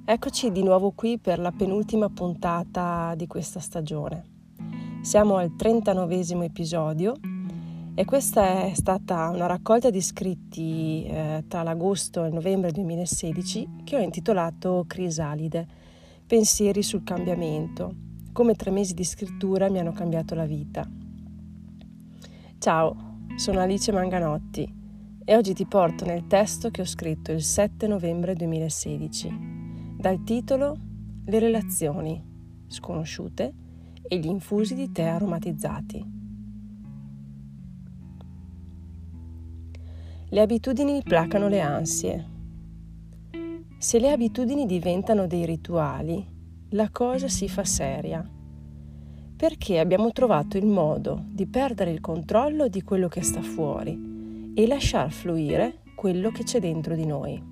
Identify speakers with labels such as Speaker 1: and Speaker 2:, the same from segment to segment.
Speaker 1: Eccoci di nuovo qui per la penultima puntata di questa stagione. Siamo al 39esimo episodio e questa è stata una raccolta di scritti tra l'agosto e il novembre 2016 che ho intitolato Crisalide, pensieri sul cambiamento, come 3 mesi di scrittura mi hanno cambiato la vita. Ciao, sono Alice Manganotti e oggi ti porto nel testo che ho scritto il 7 novembre 2016. Dal titolo Le relazioni sconosciute e gli infusi di tè aromatizzati. Le abitudini placano le ansie. Se le abitudini diventano dei rituali, la cosa si fa seria, perché abbiamo trovato il modo di perdere il controllo di quello che sta fuori e lasciar fluire quello che c'è dentro di noi.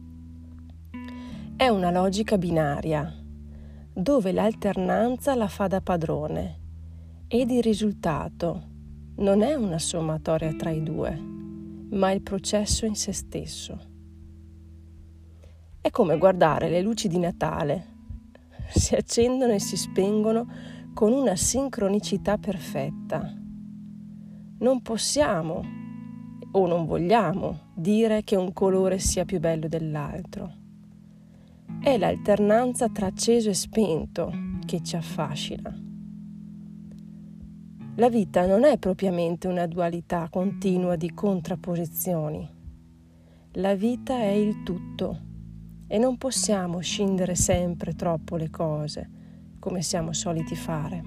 Speaker 1: È una logica binaria, dove l'alternanza la fa da padrone ed il risultato non è una sommatoria tra i due, ma il processo in se stesso. È come guardare le luci di Natale, si accendono e si spengono con una sincronicità perfetta. Non possiamo o non vogliamo dire che un colore sia più bello dell'altro. È l'alternanza tra acceso e spento che ci affascina. La vita non è propriamente una dualità continua di contrapposizioni. La vita è il tutto e non possiamo scindere sempre troppo le cose, come siamo soliti fare.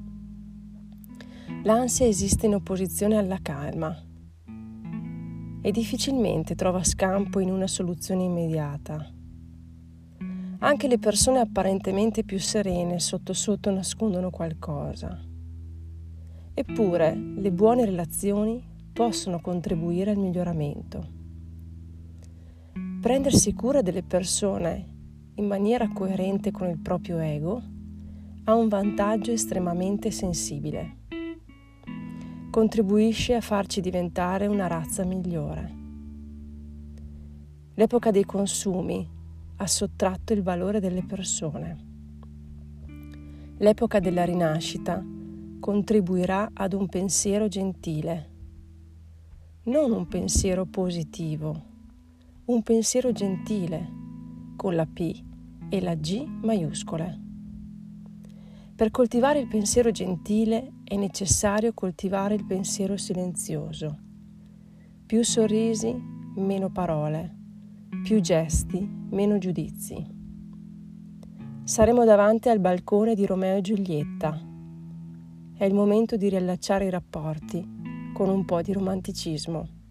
Speaker 1: L'ansia esiste in opposizione alla calma e difficilmente trova scampo in una soluzione immediata. Anche le persone apparentemente più serene sotto sotto nascondono qualcosa. Eppure le buone relazioni possono contribuire al miglioramento. Prendersi cura delle persone in maniera coerente con il proprio ego ha un vantaggio estremamente sensibile. Contribuisce a farci diventare una razza migliore. L'epoca dei consumi ha sottratto il valore delle persone. L'epoca della rinascita contribuirà ad un pensiero gentile, non un pensiero positivo, un pensiero gentile con la P e la G maiuscole. Per coltivare il pensiero gentile è necessario coltivare il pensiero silenzioso. Più sorrisi, meno parole. Più gesti, meno giudizi. Saremo davanti al balcone di Romeo e Giulietta. È il momento di riallacciare i rapporti con un po' di romanticismo.